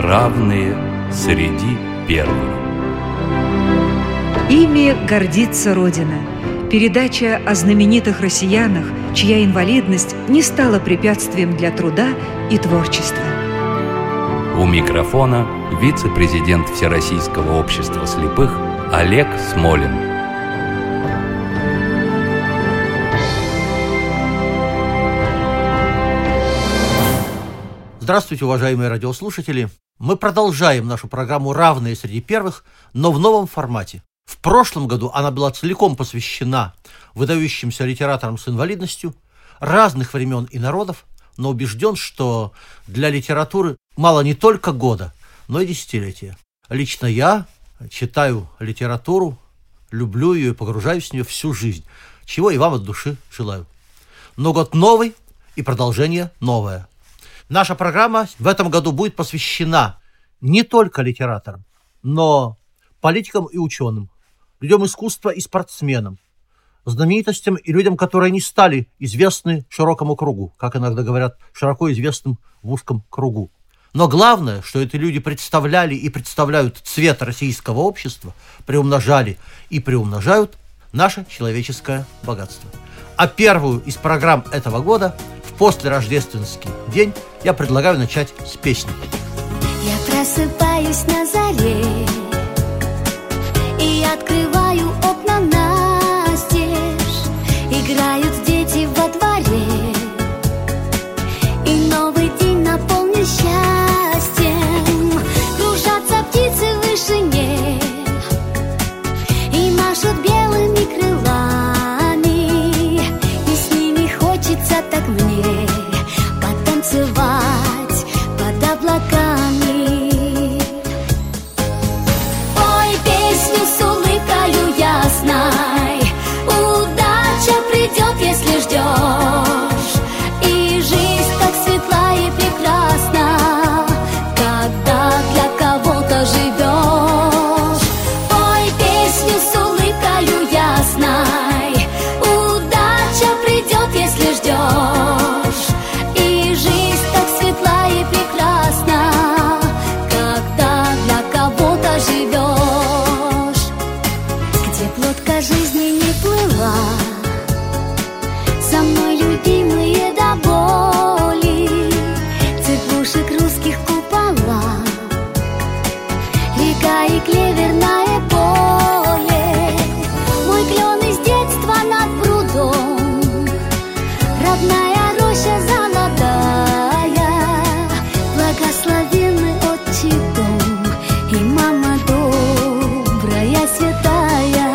равные среди первых. Ими гордится Родина. Передача о знаменитых россиянах, чья инвалидность не стала препятствием для труда и творчества. У микрофона вице-президент Всероссийского общества слепых Олег Смолин. Здравствуйте, уважаемые радиослушатели! Мы продолжаем нашу программу «Равные среди первых», но в новом формате. В прошлом году она была целиком посвящена выдающимся литераторам с инвалидностью разных времен и народов, но убежден, что для литературы мало не только года, но и десятилетия. Лично я читаю литературу, люблю ее и погружаюсь в нее всю жизнь, чего и вам от души желаю. Но год новый и продолжение новое. Наша программа в этом году будет посвящена не только литераторам, но политикам и ученым, людям искусства и спортсменам, знаменитостям и людям, которые не стали известны широкому кругу, как иногда говорят, широко известным в узком кругу. Но главное, что эти люди представляли и представляют цвет российского общества, приумножали и приумножают наше человеческое богатство. А первую из программ этого года в послерождественский день я предлагаю начать с песни. Я просыпаюсь на заре и открываю окна настежь. Играют дети во дворе, и новый день наполнен счастьем. Кружатся птицы в вышине и машут белыми крылами, и с ними хочется так мне потанцевать под облаками. Если ждешь, и жизнь так светла и прекрасна, когда для кого-то живешь. Пой песню с улыбкою ясной, удача придет, если ждешь, и жизнь так светла и прекрасна, когда для кого-то живешь. Где лодка жизни не плыла, со мной любимые до боли, цветушек русских купола, река и клеверное поле. Мой клен из детства над прудом, родная роща золотая, благословенный отчий дом и мама добрая, святая.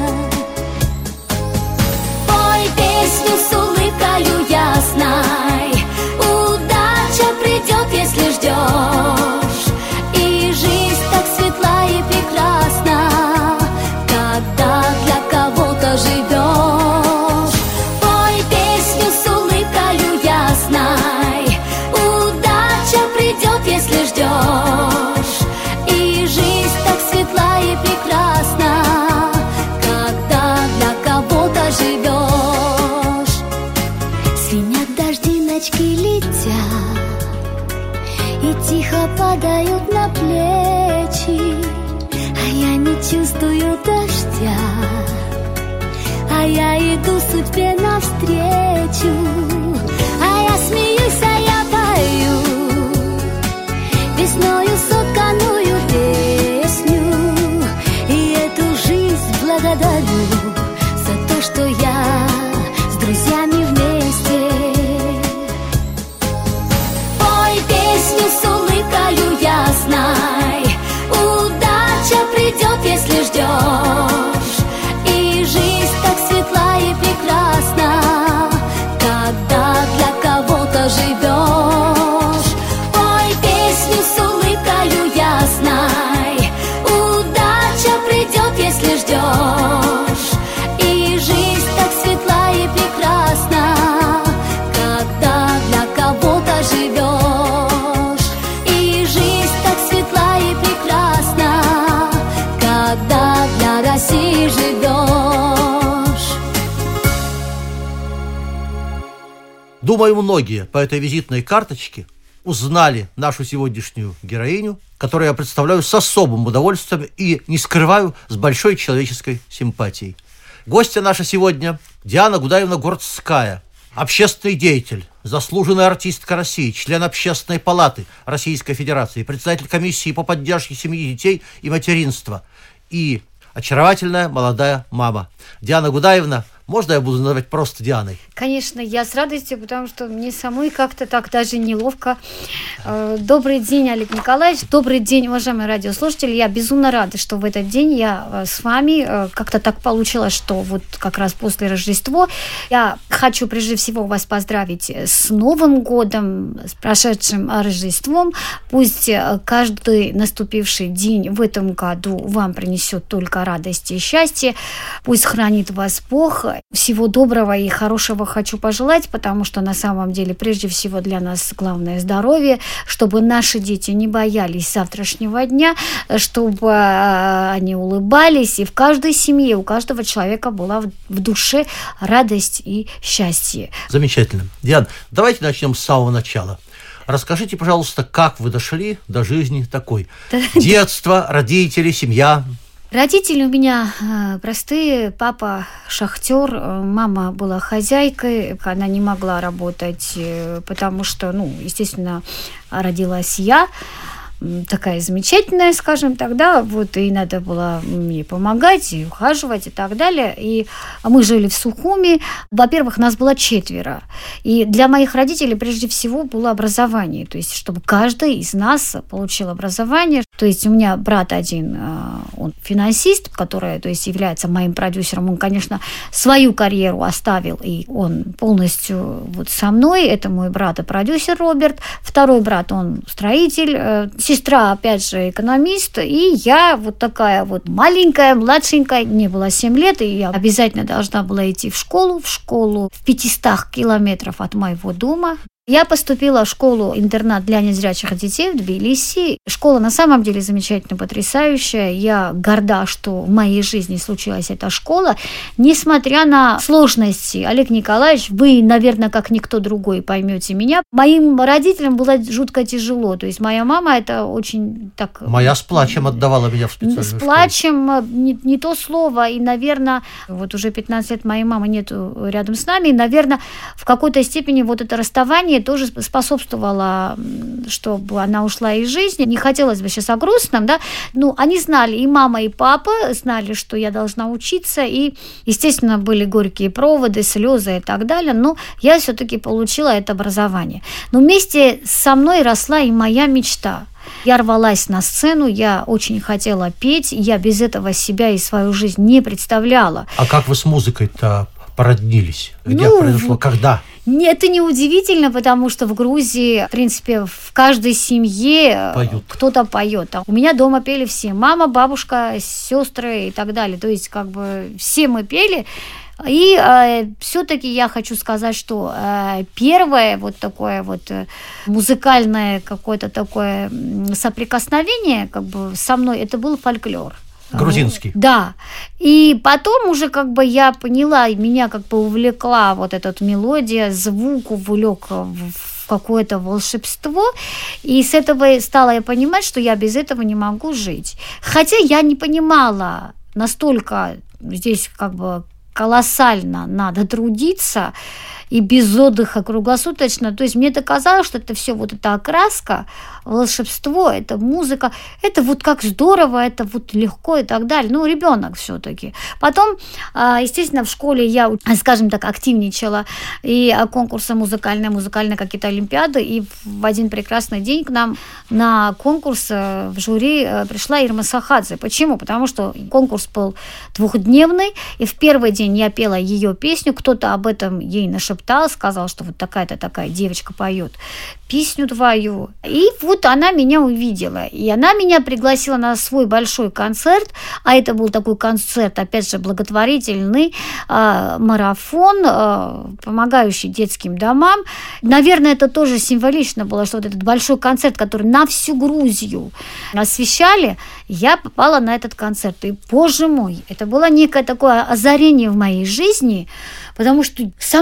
С улыбкою ясной, удача придет, если ждешь, и жизнь так светла и прекрасна, когда для кого-то живешь. Пой песню с улыбкою ясной, удача придет, если ждешь, и жизнь так светла и прекрасна, когда для кого-то живешь. Летят и тихо падают на плечи, а я не чувствую дождя, а я иду судьбе навстречу, а я смеюсь, а я пою весною сотканную песню, и эту жизнь благодарю за то, что я с друзьями вместе. С улыбкою ясной, удача придет, если ждешь, и жизнь так светла и прекрасна, когда для кого-то живешь. Пой песню с улыбкою ясной, удача придет, если ждешь, и жизнь так светла и прекрасна, когда для кого-то живешь. России живешь. Думаю, многие по этой визитной карточке узнали нашу сегодняшнюю героиню, которую я представляю с особым удовольствием и, не скрываю, с большой человеческой симпатией. Гостья наша сегодня Диана Гудаевна Гордская, общественный деятель, заслуженная артистка России, член Общественной палаты Российской Федерации, председатель комиссии по поддержке семьи, детей и материнства и очаровательная молодая мама. Диана Гудаевна, можно я буду называть просто Дианой? Конечно, я с радостью, потому что мне самой как-то так даже неловко. Добрый день, Олег Николаевич. Добрый день, уважаемые радиослушатели. Я безумно рада, что в этот день я с вами. Как-то так получилось, что вот как раз после Рождества. Я хочу прежде всего вас поздравить с Новым годом, с прошедшим Рождеством. Пусть каждый наступивший день в этом году вам принесет только радость и счастье. Пусть хранит вас Бог. Всего доброго и хорошего хочу пожелать, потому что на самом деле прежде всего для нас главное здоровье, чтобы наши дети не боялись завтрашнего дня, чтобы они улыбались, и в каждой семье, у каждого человека была в душе радость и счастье. Замечательно. Диана, давайте начнем с самого начала. Расскажите, пожалуйста, как вы дошли до жизни такой? Детство, родители, семья. Родители у меня простые. Папа шахтер, мама была хозяйкой. Она не могла работать, потому что, естественно, родилась я. Такая замечательная, скажем так, да, вот, и надо было мне помогать, и ухаживать, и так далее. И мы жили в Сухуми. Во-первых, нас было 4. И для моих родителей прежде всего было образование, то есть, чтобы каждый из нас получил образование. То есть, у меня брат один, он финансист, который, то есть, является моим продюсером. Он, конечно, свою карьеру оставил, и он полностью вот со мной. Это мой брат и продюсер Роберт. Второй брат, он строитель. Сестра, опять же, экономист, и я вот такая вот маленькая, младшенькая, мне было 7 лет, и я обязательно должна была идти в школу в 500 километров от моего дома. Я поступила в школу-интернат для незрячих детей в Тбилиси. Школа на самом деле замечательно потрясающая. Я горда, что в моей жизни случилась эта школа. Несмотря на сложности, Олег Николаевич, вы, наверное, как никто другой поймете меня. Моим родителям было жутко тяжело. То есть моя мама это очень так... Моя с плачем отдавала меня в специальную школу. С плачем, не то слово. И, наверное, вот уже 15 лет моей мамы нету рядом с нами. И, наверное, в какой-то степени вот это расставание тоже способствовало, чтобы она ушла из жизни. Не хотелось бы сейчас о грустном, да. Они знали, и мама, и папа знали, что я должна учиться, и, естественно, были горькие проводы, слезы и так далее, но я все-таки получила это образование. Но вместе со мной росла и моя мечта. Я рвалась на сцену, я очень хотела петь, я без этого себя и свою жизнь не представляла. А как вы с музыкой-то породнились? Где произошло? Когда? Это не удивительно, потому что в Грузии, в принципе, в каждой семье кто-то поет. У меня дома пели все. Мама, бабушка, сестры и так далее. То есть, все мы пели. И все-таки я хочу сказать, что первое вот такое вот музыкальное какое-то такое соприкосновение со мной, это был фольклор. Грузинский. Да. И потом уже я поняла, меня увлекла вот эта мелодия, звук увлек в какое-то волшебство. И с этого стала я понимать, что я без этого не могу жить. Хотя я не понимала, настолько здесь колоссально надо трудиться, и без отдыха круглосуточно. То есть мне это казалось, что это все вот эта окраска, волшебство, это музыка, это вот как здорово, это вот легко и так далее. Ребенок все-таки. Потом, естественно, в школе я, скажем так, активничала, и конкурсы музыкальные какие-то олимпиады, и в один прекрасный день к нам на конкурс в жюри пришла Ирма Сахадзе. Почему? Потому что конкурс был 2-дневный, и в первый день я пела ее песню, кто-то об этом ей нашептал, сказал, что вот такая-то такая девочка поет песню твою. И вот она меня увидела. И она меня пригласила на свой большой концерт. А это был такой концерт, опять же, благотворительный марафон, помогающий детским домам. Наверное, это тоже символично было, что вот этот большой концерт, который на всю Грузию освещали, я попала на этот концерт. И, боже мой, это было некое такое озарение в моей жизни, потому что со мной что-то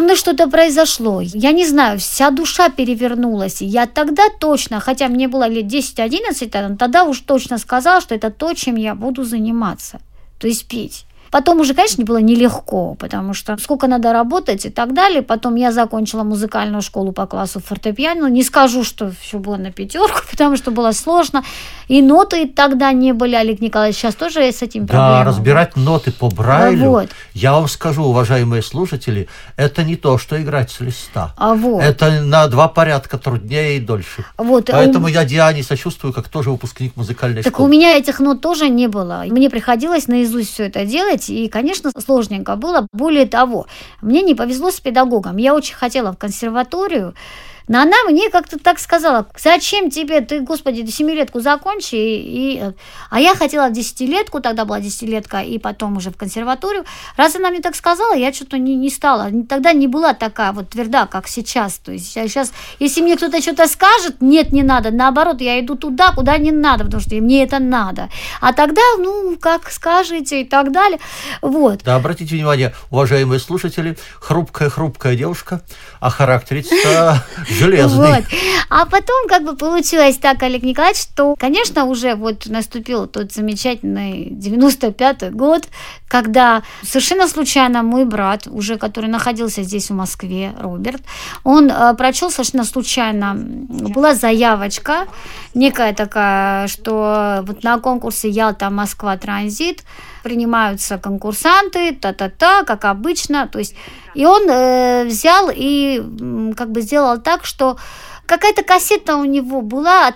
что-то произошло. Я не знаю, вся душа перевернулась. И я тогда точно, хотя мне было лет 10-11, тогда уж точно сказала, что это то, чем я буду заниматься. То есть петь. Потом уже, конечно, было нелегко, потому что сколько надо работать и так далее. Потом я закончила музыкальную школу по классу фортепиано. Не скажу, что все было на 5, потому что было сложно. И ноты тогда не были, Олег Николаевич, сейчас тоже с этим проблемами. Да, разбирать ноты по Брайлю, вот. Я вам скажу, уважаемые слушатели, это не то, что играть с листа. Вот. Это на 2 порядка труднее и дольше. Вот. Поэтому я Диане сочувствую, как тоже выпускник музыкальной школы. Так у меня этих нот тоже не было. Мне приходилось наизусть все это делать, и, конечно, сложненько было. Более того, мне не повезло с педагогом. Я очень хотела в консерваторию, но она мне как-то так сказала: зачем тебе, ты, господи, 7-летку закончи. А я хотела в 10-летку, тогда была 10-летка, и потом уже в консерваторию. Раз она мне так сказала, я что-то не стала. Тогда не была такая вот тверда, как сейчас. То есть сейчас, если мне кто-то что-то скажет, нет, не надо. Наоборот, я иду туда, куда не надо, потому что мне это надо. А тогда, как скажете и так далее. Вот. Да, обратите внимание, уважаемые слушатели, хрупкая девушка, а характерица железный. Вот. А потом получилось так, Олег Николаевич, что, конечно, уже наступил тот замечательный 95-й год, когда совершенно случайно мой брат, уже который находился здесь в Москве, Роберт, он прочел совершенно случайно, была заявочка некая такая, что на конкурсе Ялта-Москва Транзит принимаются конкурсанты, как обычно, то есть, и он взял и сделал так, что какая-то кассета у него была,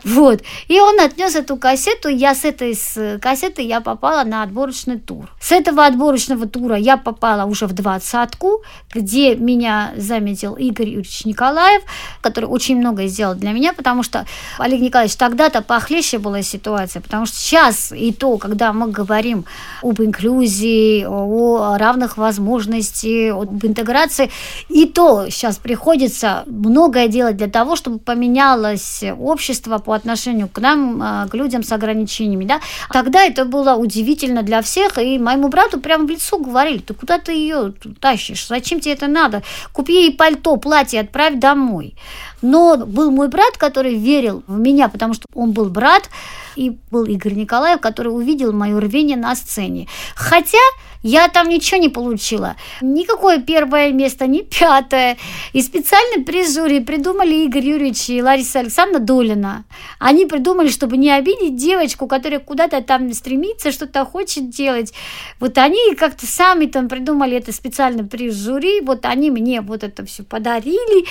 и он отнес эту кассету, с этой кассеты я попала на отборочный тур. С этого отборочного тура я попала уже в 20-ку, где меня заметил Игорь Юрьевич Николаев, который очень многое сделал для меня, потому что, Олег Николаевич, тогда-то похлеще была ситуация, потому что сейчас и то, когда мы говорим об инклюзии, о равных возможностях, об интеграции, и то сейчас приходится многое делать для того, чтобы поменялось общество по отношению к нам, к людям с ограничениями, да. Тогда это было удивительно для всех, и моему брату прямо в лицо говорили: ты куда ты ее тащишь, зачем тебе это надо, купи ей пальто, платье, отправь домой. Но был мой брат, который верил в меня, потому что он был брат, и был Игорь Николаев, который увидел мое рвение на сцене. Хотя я там ничего не получила. Никакое 1 место, ни 5. И специально приз жюри придумали Игорь Юрьевич и Лариса Александровна Долина. Они придумали, чтобы не обидеть девочку, которая куда-то там стремится, что-то хочет делать. Они как-то сами там придумали это специально приз жюри. Они мне это все подарили.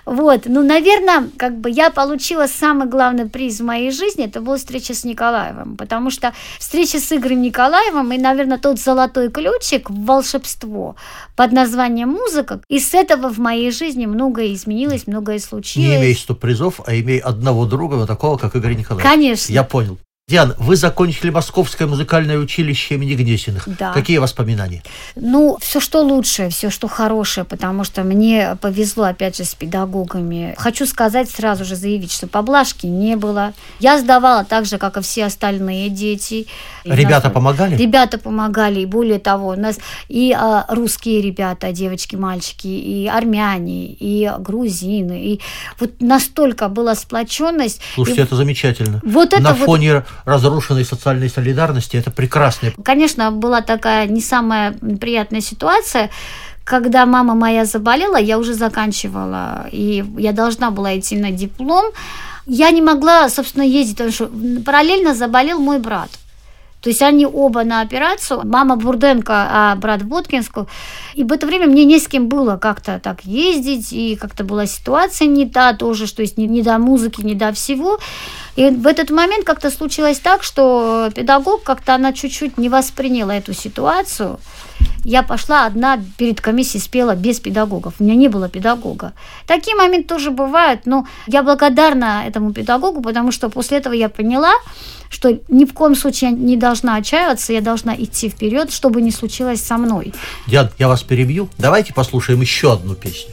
Наверное, я получила самый главный приз в моей жизни. Это была встреча с Николаевым. Потому что встреча с Игорем Николаевым и, наверное, тот золотой ключик в волшебство под названием музыка. И с этого в моей жизни многое изменилось, многое случилось. Не имей 100 призов, а имей одного друга, такого, как Игорь Николаевич. Конечно. Я понял. Диана, вы закончили Московское музыкальное училище имени Гнесиных. Да. Какие воспоминания? Все, что лучшее, все, что хорошее, потому что мне повезло, опять же, с педагогами. Хочу сказать, сразу же заявить, что поблажки не было. Я сдавала так же, как и все остальные дети. Ребята помогали? Ребята помогали, и более того, у нас и русские ребята, девочки, мальчики, и армяне, и грузины, и настолько была сплоченность. Слушайте, это замечательно. На фоне разрушенной социальной солидарности это прекрасно. Конечно, была такая не самая приятная ситуация, когда мама моя заболела, я уже заканчивала, и я должна была идти на диплом. Я не могла, собственно, ездить, потому что параллельно заболел мой брат. То есть они оба на операцию. Мама Бурденко, а брат в Боткинску. И в это время мне не с кем было как-то так ездить. И как-то была ситуация не та тоже, что есть не до музыки, не до всего. И в этот момент как-то случилось так, что педагог как-то она чуть-чуть не восприняла эту ситуацию. Я пошла одна перед комиссией, спела без педагогов. У меня не было педагога. Такие моменты тоже бывают, но я благодарна этому педагогу, потому что после этого я поняла, что ни в коем случае я не должна отчаиваться, я должна идти вперед, что бы ни случилось со мной. Диан, я вас перебью. Давайте послушаем еще одну песню.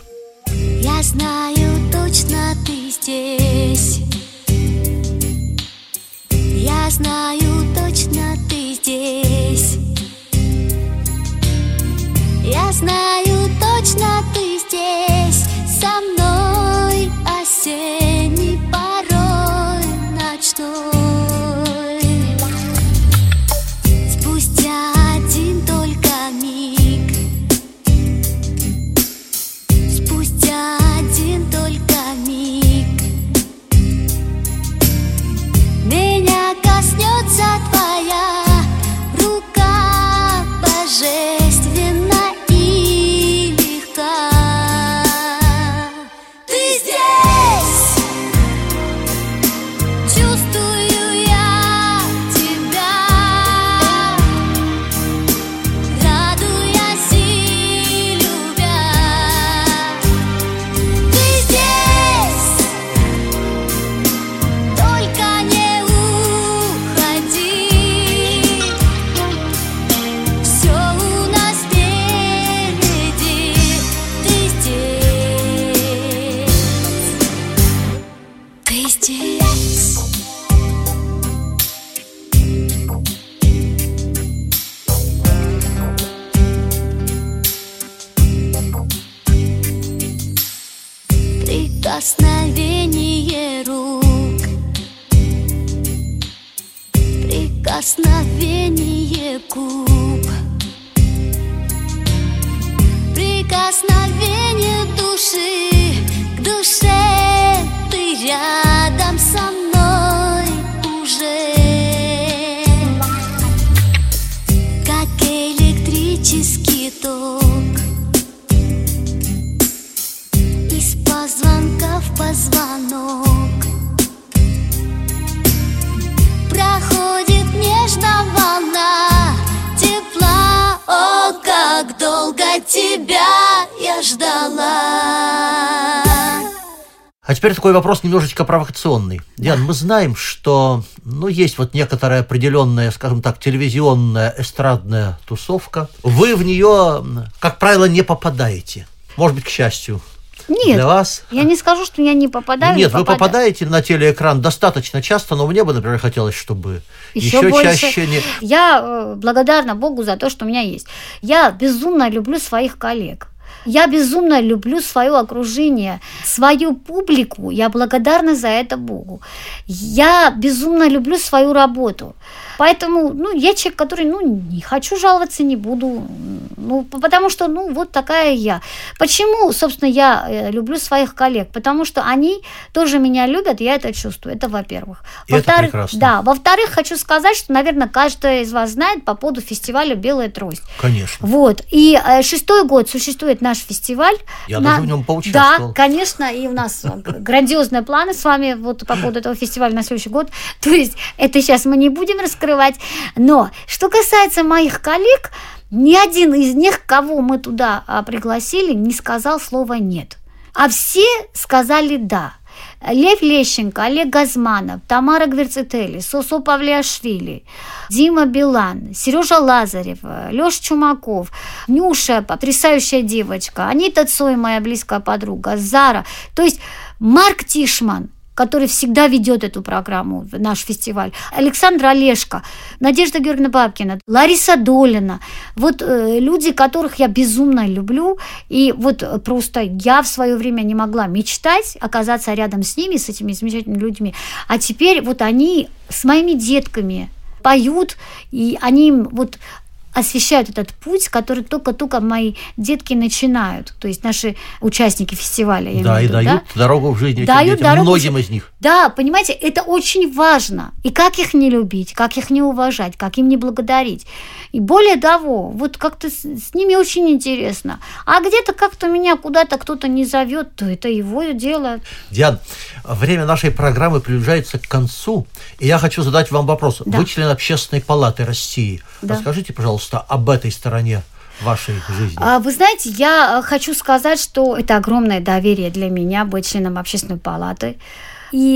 Я знаю точно, ты здесь. Я знаю точно, ты здесь. Я знаю точно, ты здесь. Прикосновение рук, прикосновение губ, прикосновение души к душе. Ты рядом со мной уже, как электрический ток, из позвонка в позвонок проходит нежно волна тепла. О, как долго тебя я ждала. А теперь такой вопрос немножечко провокационный. Диан, мы знаем, что есть вот некоторая определенная, скажем так, телевизионная эстрадная тусовка. Вы в нее, как правило, не попадаете. Может быть, к счастью. Нет, для вас. Я не скажу, что я не попадаю. Нет, вы попадаете на телеэкран достаточно часто, но мне бы, например, хотелось, чтобы еще чаще. Я благодарна Богу за то, что у меня есть. Я безумно люблю своих коллег. Я безумно люблю свое окружение, свою публику. Я благодарна за это Богу. Я безумно люблю свою работу. Поэтому, я человек, который, не хочу жаловаться, не буду. Потому что, вот такая я. Почему, собственно, я люблю своих коллег? Потому что они тоже меня любят, я это чувствую. Это, во-первых. Это прекрасно. Да. Во-вторых, хочу сказать, что, наверное, каждый из вас знает по поводу фестиваля «Белая трость». Конечно. Вот. И 6-й год существует наш фестиваль. Я даже в нем поучаствовал. Да, конечно, и у нас грандиозные планы с вами вот по поводу этого фестиваля на следующий год. То есть это сейчас мы не будем раскрывать. Но что касается моих коллег, ни один из них, кого мы туда пригласили, не сказал слова «нет». А все сказали «да». Лев Лещенко, Олег Газманов, Тамара Гверцетели, Сосо Павлиашвили, Дима Билан, Сережа Лазарев, Леша Чумаков, Нюша, потрясающая девочка, Анита Цой, моя близкая подруга, Зара, то есть Марк Тишман, который всегда ведет эту программу, наш фестиваль, Александр Олешко, Надежда Георгиевна Бабкина, Лариса Долина. Вот люди, которых я безумно люблю, и вот просто я в свое время не могла мечтать оказаться рядом с ними, с этими замечательными людьми. А теперь вот они с моими детками поют, и они им вот освещают этот путь, который только-только мои детки начинают, то есть наши участники фестиваля. Да, и дают дорогу в жизни этим детям, многим из них. Да, понимаете, это очень важно. И как их не любить, как их не уважать, как им не благодарить. И более того, вот как-то с ними очень интересно. А где-то как-то меня куда-то кто-то не зовет, то это его дело. Диан, время нашей программы приближается к концу, и я хочу задать вам вопрос. Да. Вы член Общественной палаты России. Да. Расскажите, пожалуйста, об этой стороне вашей жизни. Вы знаете, я хочу сказать, что это огромное доверие для меня быть членом Общественной палаты. И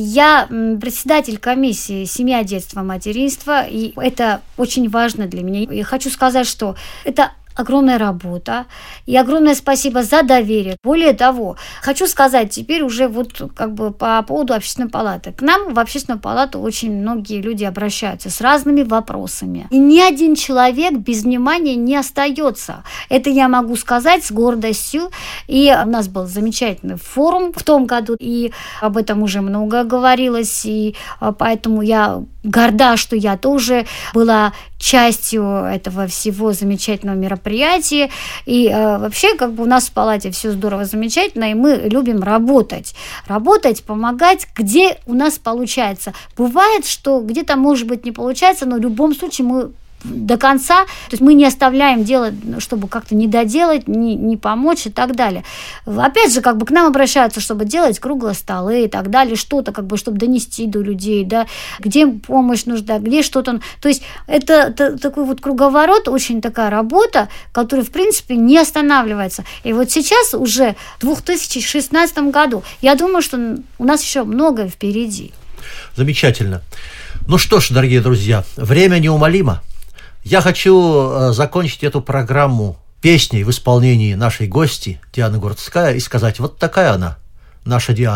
я председатель комиссии «Семья, детство, материнство», и это очень важно для меня. И хочу сказать, что это огромная работа, и огромное спасибо за доверие. Более того, хочу сказать теперь уже вот как бы по поводу Общественной палаты. К нам в Общественную палату очень многие люди обращаются с разными вопросами. И ни один человек без внимания не остается. Это я могу сказать с гордостью. И у нас был замечательный форум в том году, и об этом уже много говорилось, и поэтому я горда, что я тоже была частью этого всего замечательного мероприятия. И вообще, как бы у нас в палате все здорово, замечательно, и мы любим работать. Работать, помогать, где у нас получается. Бывает, что где-то, может быть, не получается, но в любом случае мы до конца, то есть мы не оставляем дело, чтобы как-то не доделать, не помочь и так далее. Опять же, как бы к нам обращаются, чтобы делать круглые столы и так далее, что-то, как бы, чтобы донести до людей, да, где помощь нужна, где что-то. То есть это такой вот круговорот, очень такая работа, которая, в принципе, не останавливается. И вот сейчас уже в 2016 году, я думаю, что у нас еще многое впереди. Замечательно. Ну что ж, дорогие друзья, время неумолимо. Я хочу закончить эту программу песней в исполнении нашей гости Дианы Гурцкая и сказать, вот такая она, наша Диана,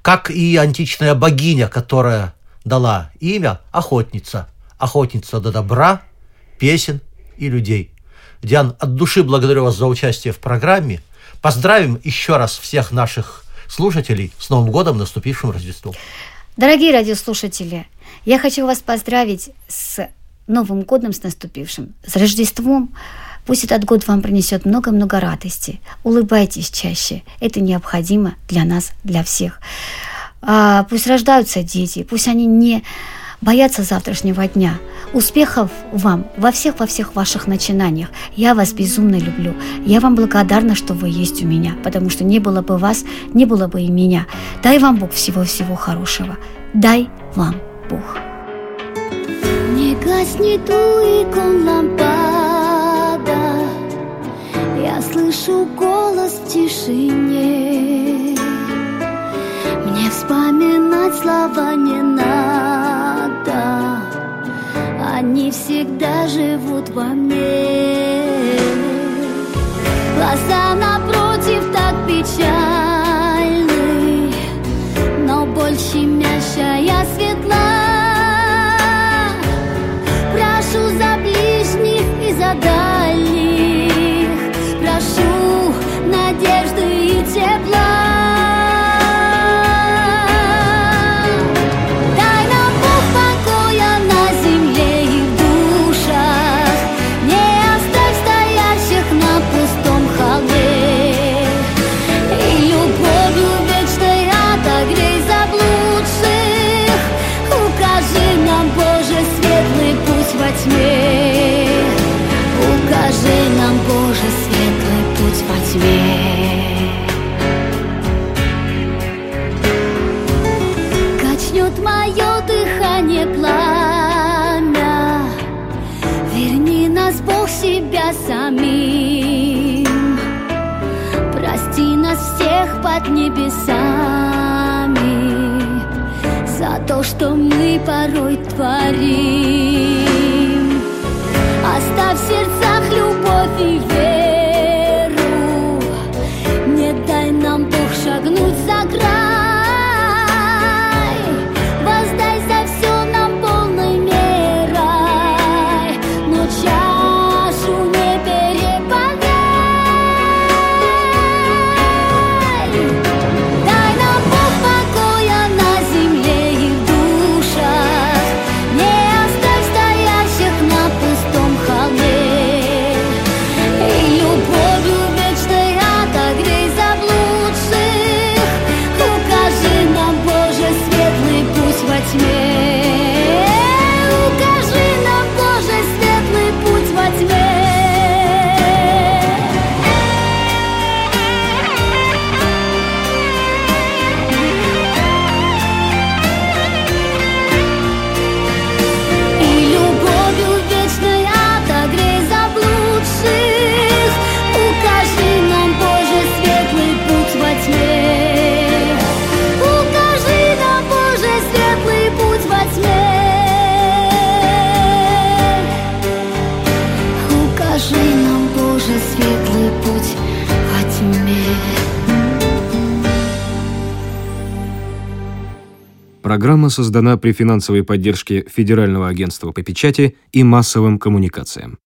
как и античная богиня, которая дала имя охотница. Охотница до добра, песен и людей. Диан, от души благодарю вас за участие в программе. Поздравим еще раз всех наших слушателей с Новым годом, наступившим Рождеством. Дорогие радиослушатели, я хочу вас поздравить с Новым годом, с наступившим, с Рождеством. Пусть этот год вам принесет много-много радости. Улыбайтесь чаще. Это необходимо для нас, для всех. Пусть рождаются дети, пусть они не боятся завтрашнего дня. Успехов вам во всех ваших начинаниях. Я вас безумно люблю. Я вам благодарна, что вы есть у меня, потому что не было бы вас, не было бы и меня. Дай вам Бог всего-всего хорошего. Дай вам Бог. Не гаснет у икон лампада, я слышу голос в тишине. Мне вспоминать слова не надо, они всегда живут во мне. Глаза напротив так печальны, но боль щемящая светла. Прошу за ближних и за дальних, прошу надежды и тепла. Укажи нам, Боже, светлый путь во тьме. Качнет мое дыхание пламя, верни нас, Бог, себя самим. Прости нас всех под небесами за то, что мы порой творим. Оставь в сердцах любовь и веру, не дай нам, Бог, шагнуть за край. Воздай за все нам полной мерой, но чашу не переполняй. Дай нам, Бог, покоя на земле и в душах, не оставь стоящих на пустом холме. И любовью вечной отогрей заблудших. Укажи нам, Боже, светлый путь во тьме. Укажи нам, Боже, светлый путь во тьме. И любовью вечной отогрей заблудших. Укажи нам, Боже, светлый путь во тьме. Укажи нам, Боже, светлый путь во тьме. Укажи нам, Боже, светлый путь во тьме. Программа создана при финансовой поддержке Федерального агентства по печати и массовым коммуникациям.